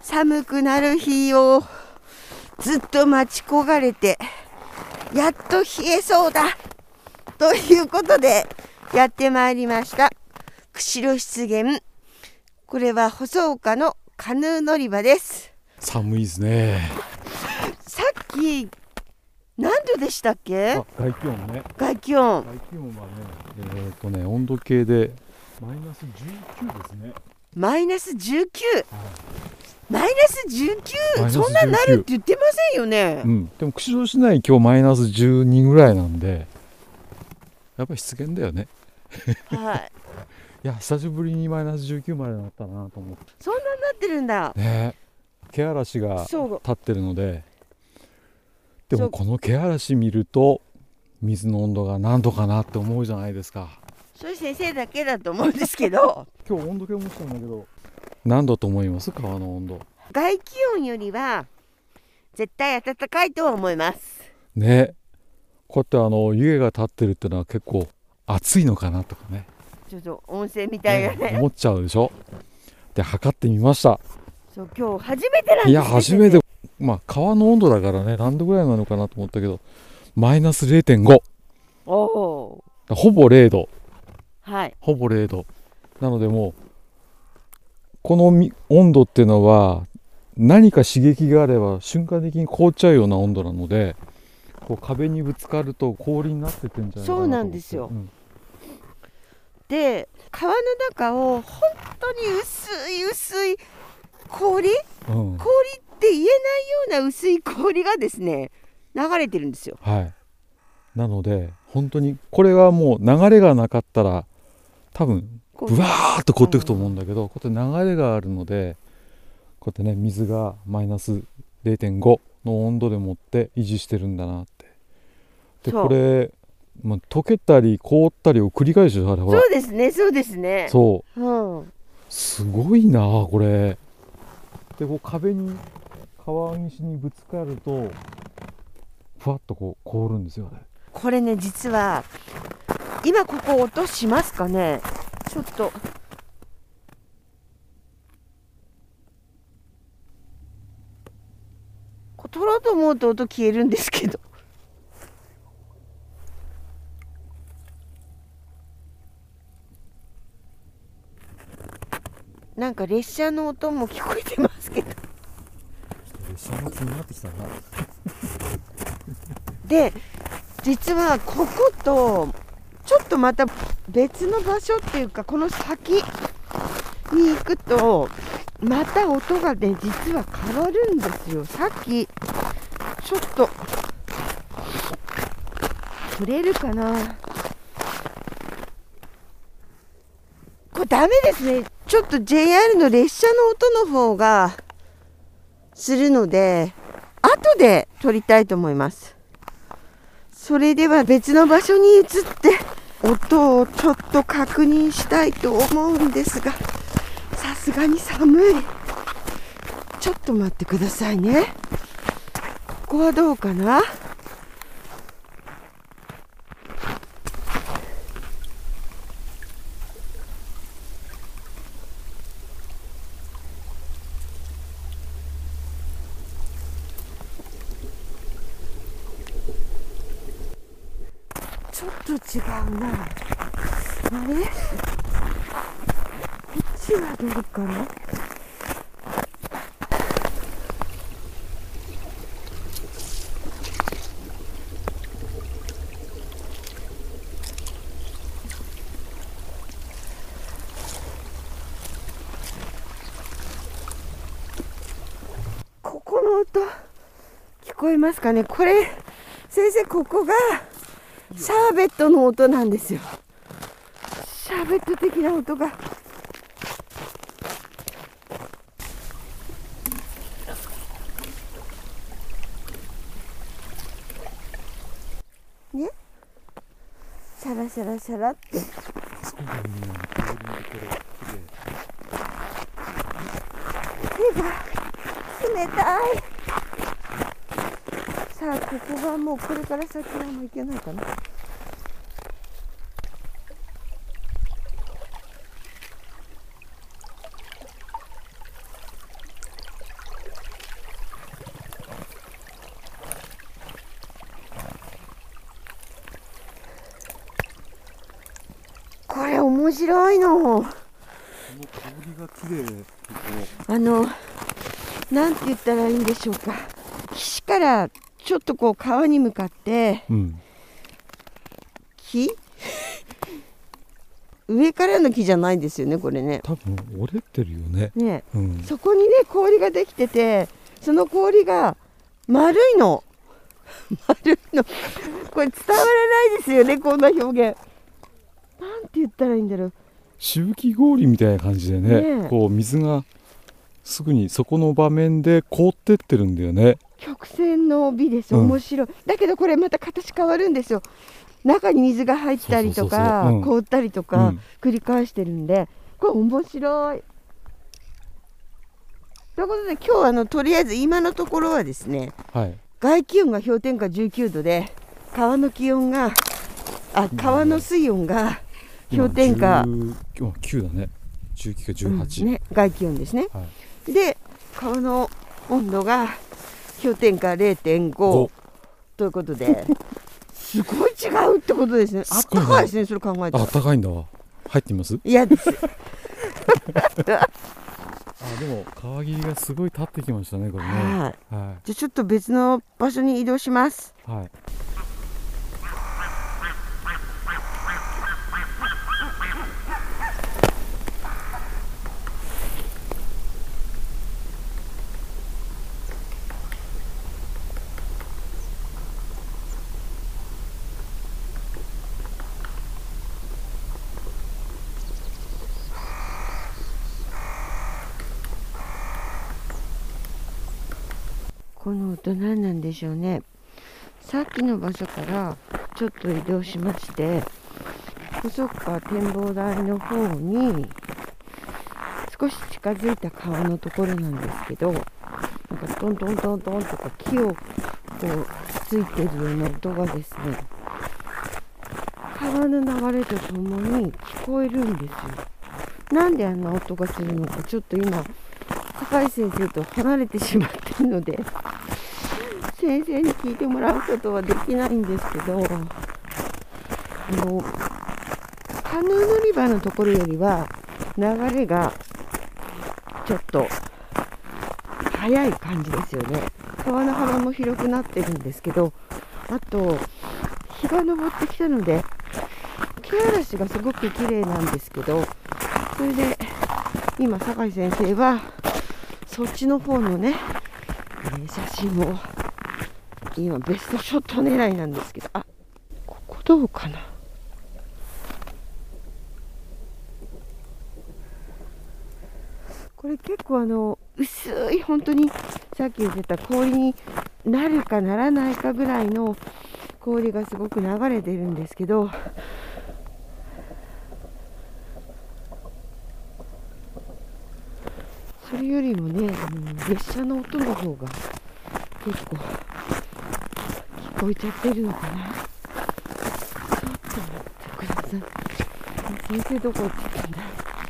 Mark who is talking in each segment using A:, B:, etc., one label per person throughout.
A: 寒くなる日をずっと待ち焦がれて、やっと冷えそうだということでやってまいりました。釧路湿原、これは細岡のカヌー乗り場です。
B: 寒いですね。
A: さっき何度でしたっけ？
B: 外気温ね。
A: 外気温。
B: 外気温はね、温度計でマイナス19ですね。
A: マイナス 19、マイナス 19、
B: マイナス19
A: そんなになるって言ってませんよね。
B: でも釧路市内今日マイナス12ぐらいなんで、やっぱり失言だよね。
A: はい。
B: いや、久しぶりにマイナス19までなったなと思って。
A: そんなになってるんだ。
B: ね、気嵐が立ってるので、でもこの気嵐見ると水の温度が何度かなって思うじゃないですか。
A: それ先生だけだと思うんですけど
B: 今日温度計持ってたんだけど、何度と思います？川の温度。
A: 外気温よりは絶対暖かいとは思います
B: ね。こうやって湯気が立ってるっていうのは結構暑いのかなとかね、
A: ちょっと温泉みたいなね、
B: 思っちゃうでしょ。で、測ってみました。
A: そう今日初めてなんです。
B: いや、初めて。川の温度だからね、何度ぐらいなのかなと思ったけど、マイナス 0.5。
A: おお、
B: ほぼ0度。
A: はい、
B: ほぼ0度なので、もうこの温度っていうのは何か刺激があれば瞬間的に凍っちゃうような温度なので、こう壁にぶつかると氷になってってんじゃないかなと思って。
A: そうなんですよ、で川の中を本当に薄い氷、氷って言えないような薄い氷がですね流れてるんですよ。
B: はい。なので本当にこれはもう流れがなかったら多分ブワーッと凍っていくと思うんだけど、こうやって流れがあるので、こうやってね、水がマイナス 0.5 の温度でもって維持してるんだなって。でこれ、溶けたり凍ったりを繰り返してる。あれほら、
A: そうですね、そうですね、
B: そう、すごいなこれ。でこう壁に川岸にぶつかるとふわっとこう凍るんですよね。
A: これね、実は今ここ音しますかね。ちょっと取ろうと思うと音消えるんですけど、なんか列車の音も聞こえてますけど、
B: 列車も気になってきたな。
A: で実はこことちょっとまた別の場所っていうか、この先に行くとまた音がね実は変わるんですよ。さっきちょっと取れるかな、これダメですね。ちょっと JR の列車の音の方がするので後で撮りたいと思います。それでは別の場所に移って音をちょっと確認したいと思うんですが、さすがに寒い。ちょっと待ってくださいね。ここはどうかな。ちょっと違うな。あれ？こっちはどうかな。ここの音聞こえますかね。これ先生、ここがシャーベットの音なんですよ。シャーベット的な音が。ね、シャラシャラシャラって。手が冷たい。さあ、ここがもうこれから先はもう行けないかな。 面白いの。
B: この香りが綺麗って
A: なんて言ったらいいんでしょうか。岸からちょっとこう川に向かって、木上からの木じゃないですよね、これね。
B: 多分折れてるよね。
A: ね、そこにね氷ができてて、その氷が丸いの丸いの。これ伝わらないですよね、こんな表現。なんて言ったらいいんだろう。
B: しぶき氷みたいな感じでね、こう水がすぐにそこの場面で凍ってってるんだよね。
A: 曲線の美です。面白い、だけどこれまた形変わるんですよ。中に水が入ったりとか凍ったりとか繰り返してるんで、これ面白い。ということで今日とりあえず今のところはですね、外気温が氷点下19度で川の気温が川の水温が氷点下
B: 9だね。19か18、
A: ね、外気温ですね。で川の温度が氷点下 0.5 ということですごい違うってことですね。あったかいですね、それ考えたら。
B: あったかいんだわ。入ってみます？
A: 嫌です。
B: でも川霧がすごい立ってきましたね、これね。
A: じゃあちょっと別の場所に移動します。この音何なんでしょうね。さっきの場所からちょっと移動しまして、細川展望台の方に少し近づいた川のところなんですけど、なんかトントントントンとか木をこうついてるような音がですね、川の流れとともに聞こえるんですよ。なんであんな音がするのか、ちょっと今坂井先生と離れてしまっているので先生に聞いてもらうことはできないんですけど、カヌー乗り場のところよりは流れがちょっと速い感じですよね。川の幅も広くなってるんですけど、あと日が昇ってきたので木嵐がすごく綺麗なんですけど、それで今酒井先生はそっちの方のね、写真を今ベストショット狙いなんですけど、ここどうかな。これ結構薄い、本当にさっき言ってた氷になるかならないかぐらいの氷がすごく流れてるんですけど、それよりもね、列車の音の方が結構聞こえちゃってるのかな。ちょっと待ってください。先生どこ行ってたんだ。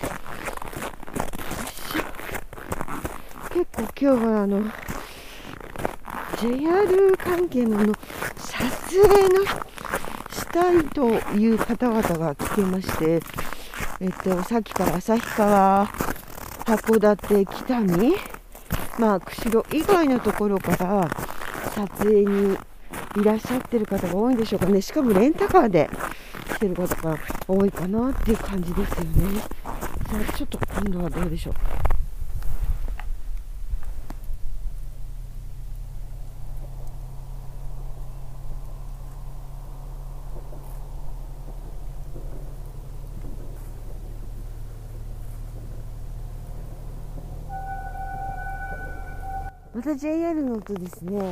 A: 結構今日はJR 関係の撮影のしたいという方々が来てまして、さっきから旭川、函館、北見、釧路以外のところから撮影にいらっしゃってる方が多いんでしょうかね。しかもレンタカーで来てる方が多いかなっていう感じですよね。さあちょっと今度はどうでしょう。また JR の音ですね。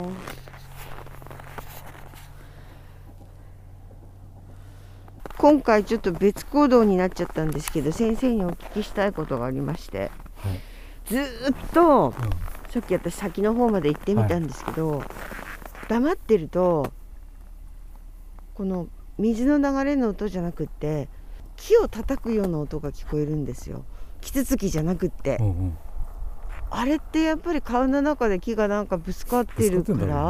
A: 今回ちょっと別行動になっちゃったんですけど、先生にお聞きしたいことがありまして、ずっと、さっき私先の方まで行ってみたんですけど、黙ってるとこの水の流れの音じゃなくって木を叩くような音が聞こえるんですよ。キツツキじゃなくって、あれってやっぱり川の中で木がなんかぶつかってるから、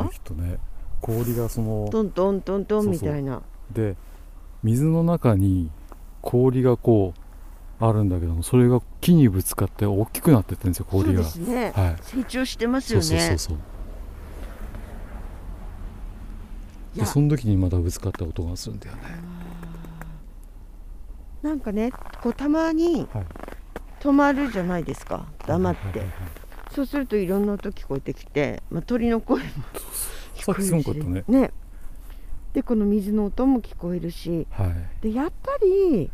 B: きっとね、氷がその
A: トントントントンみたいな。
B: で水の中に氷がこうあるんだけども、それが木にぶつかって大きくなってってんですよ、氷が。
A: そうですね、
B: はい、
A: 成長してますよね。
B: そうで、その時にまたぶつかった音がするんだよね。
A: なんかね、こうたまに
B: はい、
A: 止まるじゃないですか、黙って。
B: はいはいはいはい、
A: そうするといろんな音聞こえてきて、鳥の声も
B: さっきすごかったね。
A: ね。でこの水の音も聞こえるし、
B: はい、
A: でやっぱり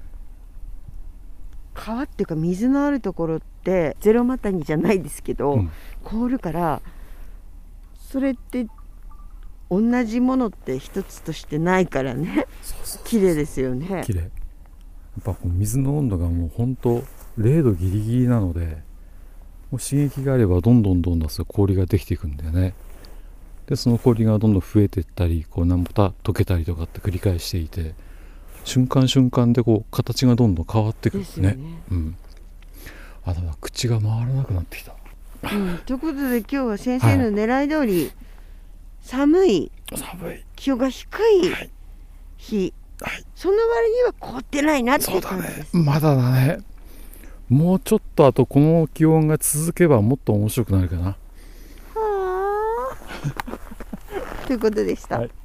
A: 川っていうか水のあるところってゼロマタニじゃないですけど、凍るから、それって同じものって一つとしてないからね、綺麗ですよね。
B: 綺麗。やっぱこう水の温度がもうほんと0度ギリギリなので、もう刺激があればどんどん氷ができていくんだよね。でその氷がどんどん増えていったり、こうまた溶けたりとかって繰り返していて、瞬間瞬間でこう形がどんどん変わっていくんですね。あ、だから口が回らなくなってきた。
A: ということで今日は先生の狙い通り、寒い気温が低い日、その割には凍ってないなっていう感じです。
B: まだだね。もうちょっとあとこの気温が続けばもっと面白くなるかな。
A: ということでした。